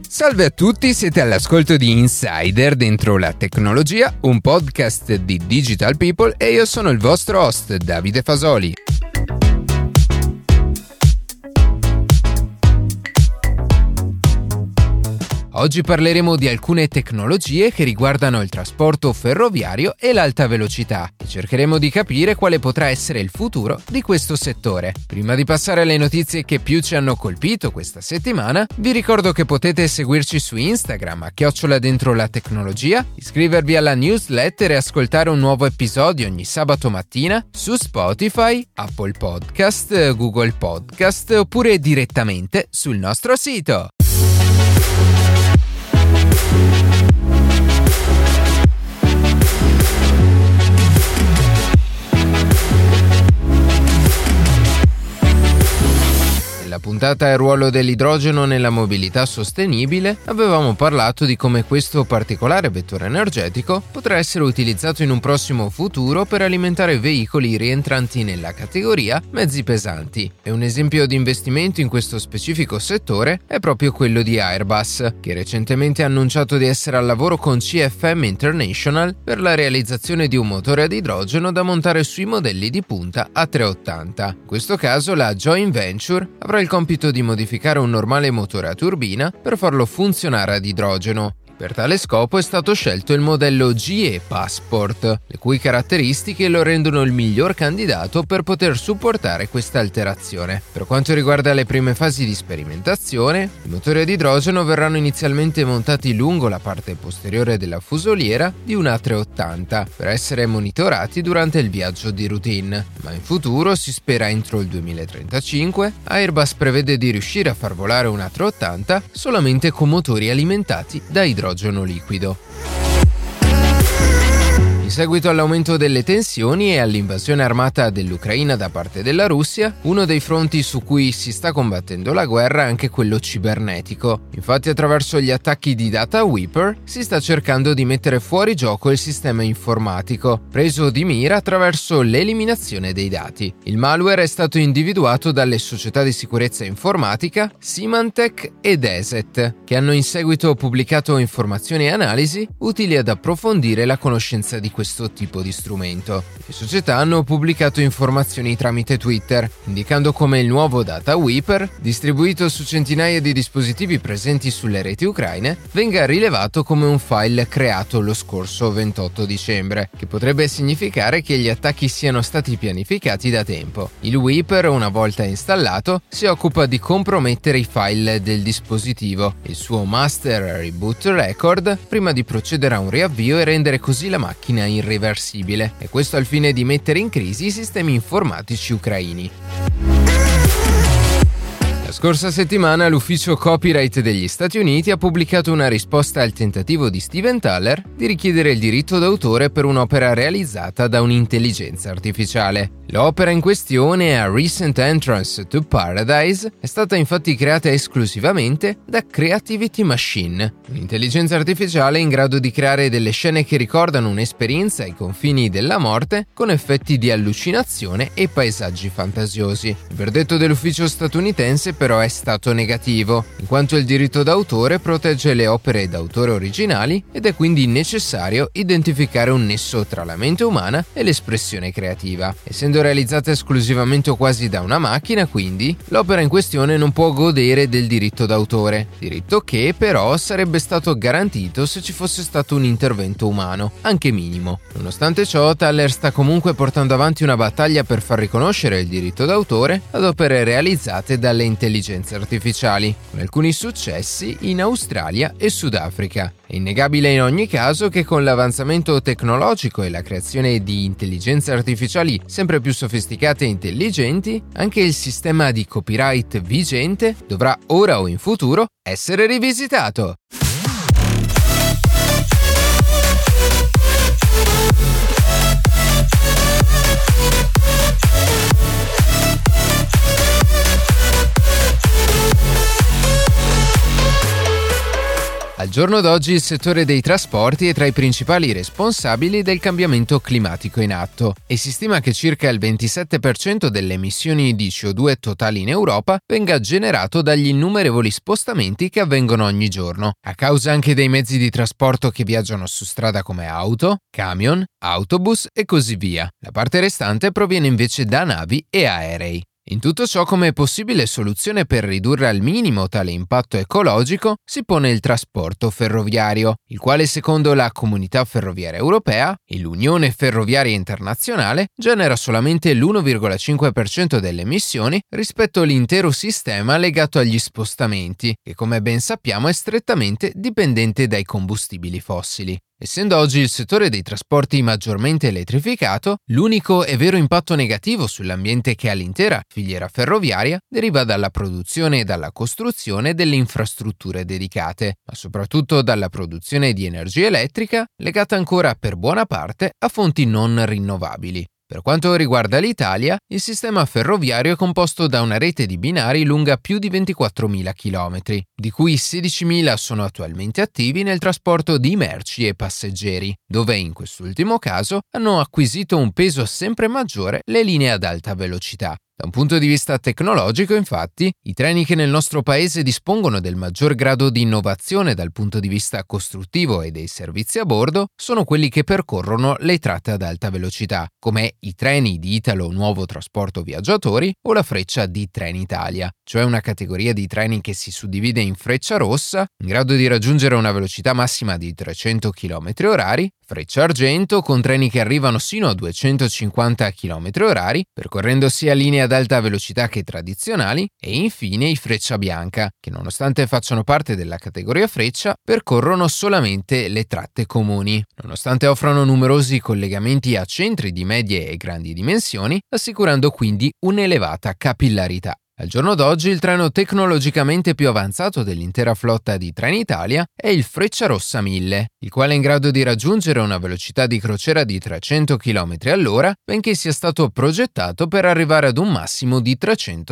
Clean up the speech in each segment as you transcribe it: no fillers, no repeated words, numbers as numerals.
Salve a tutti, siete all'ascolto di Insider dentro la tecnologia, un podcast di Digital People e io sono il vostro host Davide Fasoli. Oggi parleremo di alcune tecnologie che riguardano il trasporto ferroviario e l'alta velocità e cercheremo di capire quale potrà essere il futuro di questo settore. Prima di passare alle notizie che più ci hanno colpito questa settimana, vi ricordo che potete seguirci su Instagram @dentrolatecnologia, iscrivervi alla newsletter e ascoltare un nuovo episodio ogni sabato mattina su Spotify, Apple Podcast, Google Podcast oppure direttamente sul nostro sito. Nella puntata Il ruolo dell'idrogeno nella mobilità sostenibile avevamo parlato di come questo particolare vettore energetico potrà essere utilizzato in un prossimo futuro per alimentare veicoli rientranti nella categoria mezzi pesanti. E un esempio di investimento in questo specifico settore è proprio quello di Airbus, che recentemente ha annunciato di essere al lavoro con CFM International per la realizzazione di un motore ad idrogeno da montare sui modelli di punta A380. In questo caso la joint venture avrà il compito di modificare un normale motore a turbina per farlo funzionare ad idrogeno. Per tale scopo è stato scelto il modello GE Passport, le cui caratteristiche lo rendono il miglior candidato per poter supportare questa alterazione. Per quanto riguarda le prime fasi di sperimentazione, i motori ad idrogeno verranno inizialmente montati lungo la parte posteriore della fusoliera di un A380 per essere monitorati durante il viaggio di routine, ma in futuro, si spera entro il 2035, Airbus prevede di riuscire a far volare un A380 solamente con motori alimentati da idrogeno liquido. In seguito all'aumento delle tensioni e all'invasione armata dell'Ucraina da parte della Russia, uno dei fronti su cui si sta combattendo la guerra è anche quello cibernetico. Infatti, attraverso gli attacchi di Data Weeper si sta cercando di mettere fuori gioco il sistema informatico, preso di mira attraverso l'eliminazione dei dati. Il malware è stato individuato dalle società di sicurezza informatica Symantec e Deset, che hanno in seguito pubblicato informazioni e analisi utili ad approfondire la conoscenza di questo tipo di strumento. Le società hanno pubblicato informazioni tramite Twitter, indicando come il nuovo Data Weeper, distribuito su centinaia di dispositivi presenti sulle reti ucraine, venga rilevato come un file creato lo scorso 28 dicembre, che potrebbe significare che gli attacchi siano stati pianificati da tempo. Il Weeper, una volta installato, si occupa di compromettere i file del dispositivo, il suo master reboot record, prima di procedere a un riavvio e rendere così la macchina irreversibile, e questo al fine di mettere in crisi i sistemi informatici ucraini. La scorsa settimana l'ufficio copyright degli Stati Uniti ha pubblicato una risposta al tentativo di Steven Tyler di richiedere il diritto d'autore per un'opera realizzata da un'intelligenza artificiale. L'opera in questione, A Recent Entrance to Paradise, è stata infatti creata esclusivamente da Creativity Machine, un'intelligenza artificiale in grado di creare delle scene che ricordano un'esperienza ai confini della morte con effetti di allucinazione e paesaggi fantasiosi. Il verdetto dell'ufficio statunitense però è stato negativo, in quanto il diritto d'autore protegge le opere d'autore originali ed è quindi necessario identificare un nesso tra la mente umana e l'espressione creativa. Essendo realizzata esclusivamente o quasi da una macchina, quindi, l'opera in questione non può godere del diritto d'autore, diritto che però sarebbe stato garantito se ci fosse stato un intervento umano, anche minimo. Nonostante ciò, Tyler sta comunque portando avanti una battaglia per far riconoscere il diritto d'autore ad opere realizzate dalle intelligenze artificiali, con alcuni successi in Australia e Sudafrica. È innegabile in ogni caso che con l'avanzamento tecnologico e la creazione di intelligenze artificiali sempre più sofisticate e intelligenti, anche il sistema di copyright vigente dovrà ora o in futuro essere rivisitato. Al giorno d'oggi il settore dei trasporti è tra i principali responsabili del cambiamento climatico in atto e si stima che circa il 27% delle emissioni di CO2 totali in Europa venga generato dagli innumerevoli spostamenti che avvengono ogni giorno, a causa anche dei mezzi di trasporto che viaggiano su strada come auto, camion, autobus e così via. La parte restante proviene invece da navi e aerei. In tutto ciò, come possibile soluzione per ridurre al minimo tale impatto ecologico, si pone il trasporto ferroviario, il quale secondo la Comunità Ferroviaria Europea e l'Unione Ferroviaria Internazionale genera solamente l'1,5% delle emissioni rispetto all'intero sistema legato agli spostamenti, che come ben sappiamo è strettamente dipendente dai combustibili fossili. Essendo oggi il settore dei trasporti maggiormente elettrificato, l'unico e vero impatto negativo sull'ambiente che ha l'intera filiera ferroviaria deriva dalla produzione e dalla costruzione delle infrastrutture dedicate, ma soprattutto dalla produzione di energia elettrica legata ancora per buona parte a fonti non rinnovabili. Per quanto riguarda l'Italia, il sistema ferroviario è composto da una rete di binari lunga più di 24.000 km, di cui 16.000 sono attualmente attivi nel trasporto di merci e passeggeri, dove in quest'ultimo caso hanno acquisito un peso sempre maggiore le linee ad alta velocità. Da un punto di vista tecnologico, infatti, i treni che nel nostro paese dispongono del maggior grado di innovazione dal punto di vista costruttivo e dei servizi a bordo sono quelli che percorrono le tratte ad alta velocità, come i treni di Italo Nuovo Trasporto Viaggiatori o la Freccia di Trenitalia, cioè una categoria di treni che si suddivide in Freccia Rossa, in grado di raggiungere una velocità massima di 300 km/h, Freccia Argento con treni che arrivano sino a 250 km/h, percorrendo sia linee ad alta velocità che tradizionali, e infine i Freccia Bianca, che nonostante facciano parte della categoria Freccia, percorrono solamente le tratte comuni, nonostante offrano numerosi collegamenti a centri di medie e grandi dimensioni, assicurando quindi un'elevata capillarità. Al giorno d'oggi il treno tecnologicamente più avanzato dell'intera flotta di Trenitalia è il Frecciarossa 1000, il quale è in grado di raggiungere una velocità di crociera di 300 km/h, benché sia stato progettato per arrivare ad un massimo di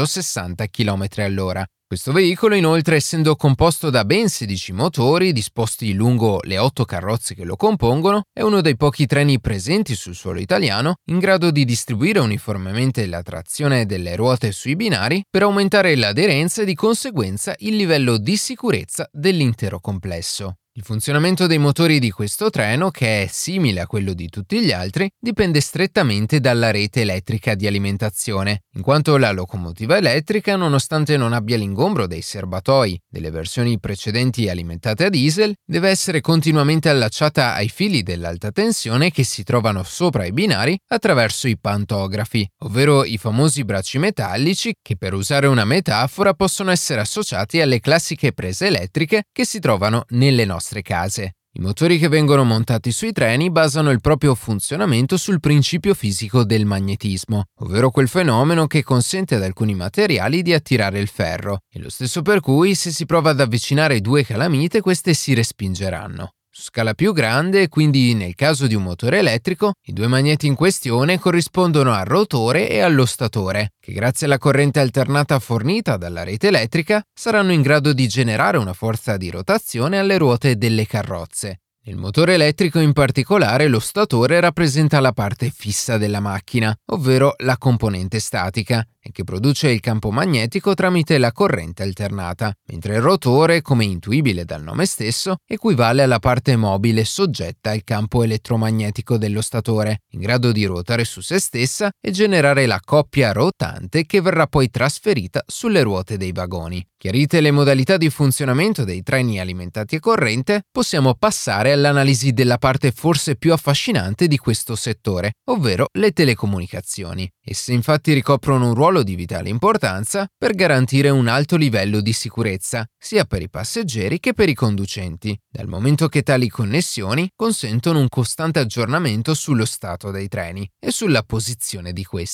360 km/h. Questo veicolo, inoltre, essendo composto da ben 16 motori disposti lungo le 8 carrozze che lo compongono, è uno dei pochi treni presenti sul suolo italiano in grado di distribuire uniformemente la trazione delle ruote sui binari per aumentare l'aderenza e di conseguenza il livello di sicurezza dell'intero complesso. Il funzionamento dei motori di questo treno, che è simile a quello di tutti gli altri, dipende strettamente dalla rete elettrica di alimentazione, in quanto la locomotiva elettrica, nonostante non abbia l'ingombro dei serbatoi delle versioni precedenti alimentate a diesel, deve essere continuamente allacciata ai fili dell'alta tensione che si trovano sopra i binari attraverso i pantografi, ovvero i famosi bracci metallici che, per usare una metafora, possono essere associati alle classiche prese elettriche che si trovano nelle nostre case. I motori che vengono montati sui treni basano il proprio funzionamento sul principio fisico del magnetismo, ovvero quel fenomeno che consente ad alcuni materiali di attirare il ferro, e lo stesso per cui se si prova ad avvicinare due calamite queste si respingeranno. Su scala più grande, quindi nel caso di un motore elettrico, i due magneti in questione corrispondono al rotore e allo statore, che grazie alla corrente alternata fornita dalla rete elettrica saranno in grado di generare una forza di rotazione alle ruote delle carrozze. Nel motore elettrico in particolare lo statore rappresenta la parte fissa della macchina, ovvero la componente statica, e che produce il campo magnetico tramite la corrente alternata, mentre il rotore, come intuibile dal nome stesso, equivale alla parte mobile soggetta al campo elettromagnetico dello statore, in grado di ruotare su se stessa e generare la coppia rotante che verrà poi trasferita sulle ruote dei vagoni. Chiarite le modalità di funzionamento dei treni alimentati a corrente, possiamo passare all'analisi della parte forse più affascinante di questo settore, ovvero le telecomunicazioni. Esse infatti ricoprono un ruolo di vitale importanza per garantire un alto livello di sicurezza, sia per i passeggeri che per i conducenti, dal momento che tali connessioni consentono un costante aggiornamento sullo stato dei treni e sulla posizione di questi.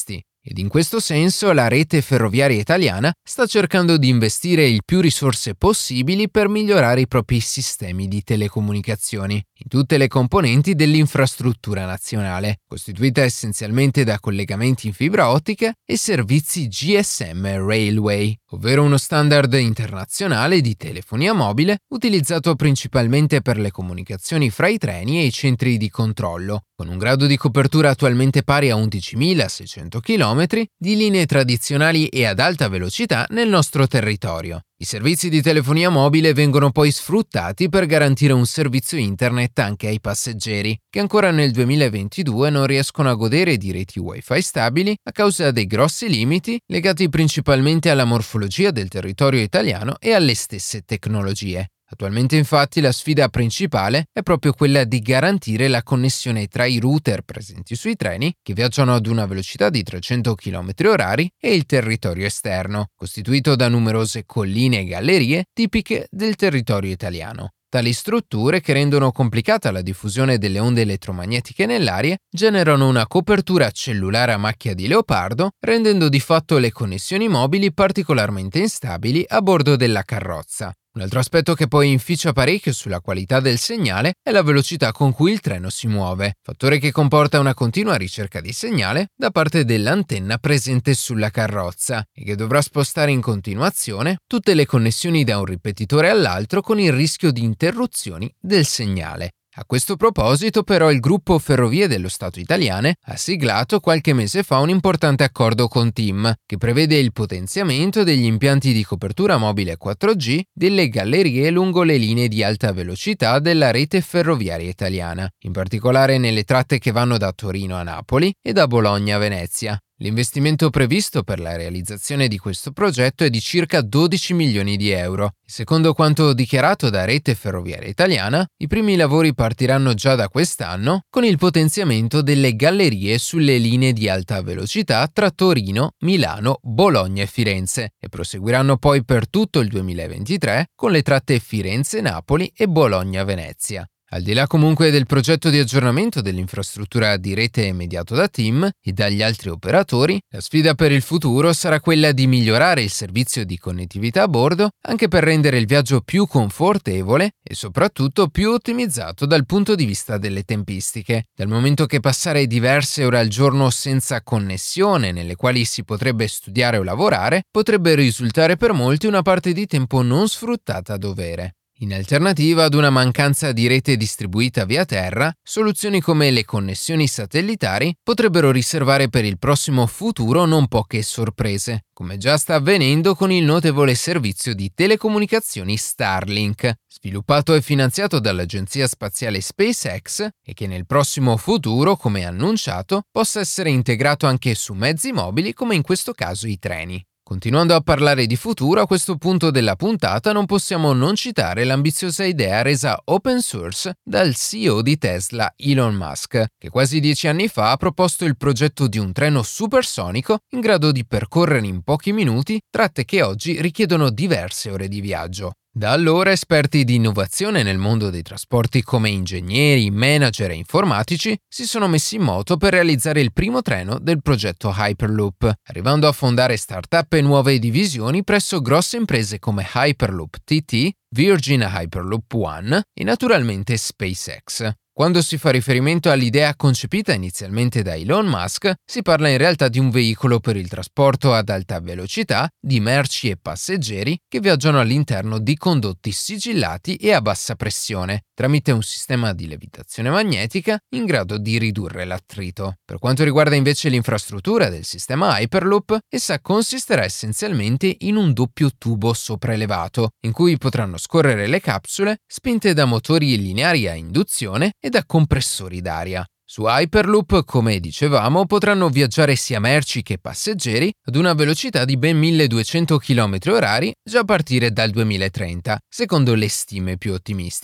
Ed in questo senso la rete ferroviaria italiana sta cercando di investire il più risorse possibili per migliorare i propri sistemi di telecomunicazioni in tutte le componenti dell'infrastruttura nazionale, costituita essenzialmente da collegamenti in fibra ottica e servizi GSM Railway, ovvero uno standard internazionale di telefonia mobile utilizzato principalmente per le comunicazioni fra i treni e i centri di controllo, con un grado di copertura attualmente pari a 11.600 km di linee tradizionali e ad alta velocità nel nostro territorio. I servizi di telefonia mobile vengono poi sfruttati per garantire un servizio internet anche ai passeggeri, che ancora nel 2022 non riescono a godere di reti Wi-Fi stabili a causa dei grossi limiti legati principalmente alla morfologia del territorio italiano e alle stesse tecnologie. Attualmente infatti la sfida principale è proprio quella di garantire la connessione tra i router presenti sui treni, che viaggiano ad una velocità di 300 km/h, e il territorio esterno, costituito da numerose colline e gallerie tipiche del territorio italiano. Tali strutture, che rendono complicata la diffusione delle onde elettromagnetiche nell'aria, generano una copertura cellulare a macchia di leopardo, rendendo di fatto le connessioni mobili particolarmente instabili a bordo della carrozza. Un altro aspetto che poi inficia parecchio sulla qualità del segnale è la velocità con cui il treno si muove, fattore che comporta una continua ricerca di segnale da parte dell'antenna presente sulla carrozza e che dovrà spostare in continuazione tutte le connessioni da un ripetitore all'altro con il rischio di interruzioni del segnale. A questo proposito, però, il gruppo Ferrovie dello Stato italiane ha siglato qualche mese fa un importante accordo con TIM, che prevede il potenziamento degli impianti di copertura mobile 4G delle gallerie lungo le linee di alta velocità della rete ferroviaria italiana, in particolare nelle tratte che vanno da Torino a Napoli e da Bologna a Venezia. L'investimento previsto per la realizzazione di questo progetto è di circa 12 milioni di euro. Secondo quanto dichiarato da Rete Ferroviaria Italiana, i primi lavori partiranno già da quest'anno con il potenziamento delle gallerie sulle linee di alta velocità tra Torino, Milano, Bologna e Firenze e proseguiranno poi per tutto il 2023 con le tratte Firenze-Napoli e Bologna-Venezia. Al di là comunque del progetto di aggiornamento dell'infrastruttura di rete mediato da TIM e dagli altri operatori, la sfida per il futuro sarà quella di migliorare il servizio di connettività a bordo anche per rendere il viaggio più confortevole e soprattutto più ottimizzato dal punto di vista delle tempistiche, dal momento che passare diverse ore al giorno senza connessione nelle quali si potrebbe studiare o lavorare potrebbe risultare per molti una parte di tempo non sfruttata a dovere. In alternativa ad una mancanza di rete distribuita via terra, soluzioni come le connessioni satellitari potrebbero riservare per il prossimo futuro non poche sorprese, come già sta avvenendo con il notevole servizio di telecomunicazioni Starlink, sviluppato e finanziato dall'agenzia spaziale SpaceX e che nel prossimo futuro, come annunciato, possa essere integrato anche su mezzi mobili come in questo caso i treni. Continuando a parlare di futuro, a questo punto della puntata non possiamo non citare l'ambiziosa idea resa open source dal CEO di Tesla, Elon Musk, che quasi 10 anni fa ha proposto il progetto di un treno supersonico in grado di percorrere in pochi minuti tratte che oggi richiedono diverse ore di viaggio. Da allora esperti di innovazione nel mondo dei trasporti come ingegneri, manager e informatici si sono messi in moto per realizzare il primo treno del progetto Hyperloop, arrivando a fondare start-up e nuove divisioni presso grosse imprese come Hyperloop TT, Virgin Hyperloop One e naturalmente SpaceX. Quando si fa riferimento all'idea concepita inizialmente da Elon Musk, si parla in realtà di un veicolo per il trasporto ad alta velocità di merci e passeggeri che viaggiano all'interno di condotti sigillati e a bassa pressione, tramite un sistema di levitazione magnetica in grado di ridurre l'attrito. Per quanto riguarda invece l'infrastruttura del sistema Hyperloop, essa consisterà essenzialmente in un doppio tubo sopraelevato, in cui potranno scorrere le capsule spinte da motori lineari a induzione e da compressori d'aria. Su Hyperloop, come dicevamo, potranno viaggiare sia merci che passeggeri ad una velocità di ben 1200 km/h già a partire dal 2030, secondo le stime più ottimistiche.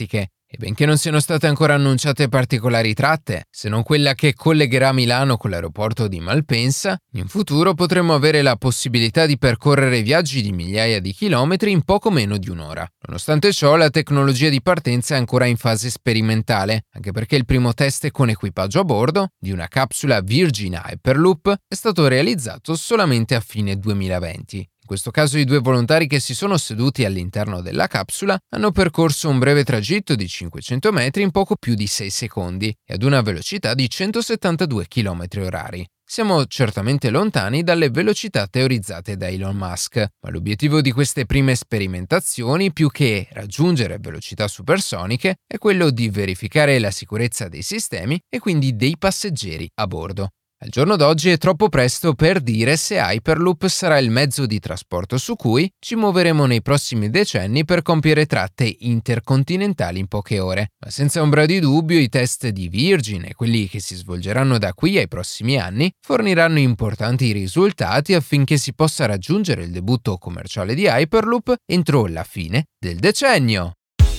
E benché non siano state ancora annunciate particolari tratte, se non quella che collegherà Milano con l'aeroporto di Malpensa, in futuro potremo avere la possibilità di percorrere viaggi di migliaia di chilometri in poco meno di un'ora. Nonostante ciò, la tecnologia di partenza è ancora in fase sperimentale, anche perché il primo test con equipaggio a bordo di una capsula Virgin Hyperloop è stato realizzato solamente a fine 2020. In questo caso i 2 volontari che si sono seduti all'interno della capsula hanno percorso un breve tragitto di 500 metri in poco più di 6 secondi e ad una velocità di 172 km/h. Siamo certamente lontani dalle velocità teorizzate da Elon Musk, ma l'obiettivo di queste prime sperimentazioni, più che raggiungere velocità supersoniche, è quello di verificare la sicurezza dei sistemi e quindi dei passeggeri a bordo. Al giorno d'oggi è troppo presto per dire se Hyperloop sarà il mezzo di trasporto su cui ci muoveremo nei prossimi decenni per compiere tratte intercontinentali in poche ore, ma senza ombra di dubbio i test di Virgin e quelli che si svolgeranno da qui ai prossimi anni forniranno importanti risultati affinché si possa raggiungere il debutto commerciale di Hyperloop entro la fine del decennio.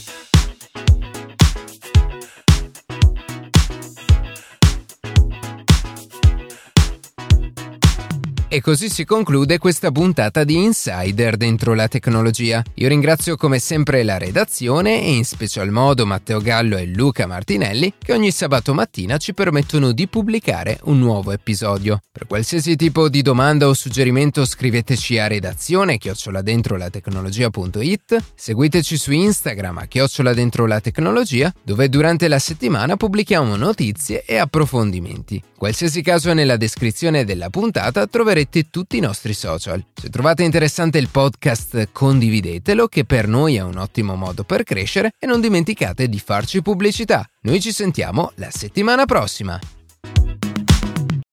E così si conclude questa puntata di Insider dentro la tecnologia. Io ringrazio come sempre la redazione e in special modo Matteo Gallo e Luca Martinelli che ogni sabato mattina ci permettono di pubblicare un nuovo episodio. Per qualsiasi tipo di domanda o suggerimento scriveteci a redazione@dentrolatecnologia.it, seguiteci su Instagram @dentrolatecnologia, dove durante la settimana pubblichiamo notizie e approfondimenti. Qualsiasi caso nella descrizione della puntata troverete tutti i nostri social. Se trovate interessante il podcast, condividetelo, che per noi è un ottimo modo per crescere, e non dimenticate di farci pubblicità. Noi ci sentiamo la settimana prossima.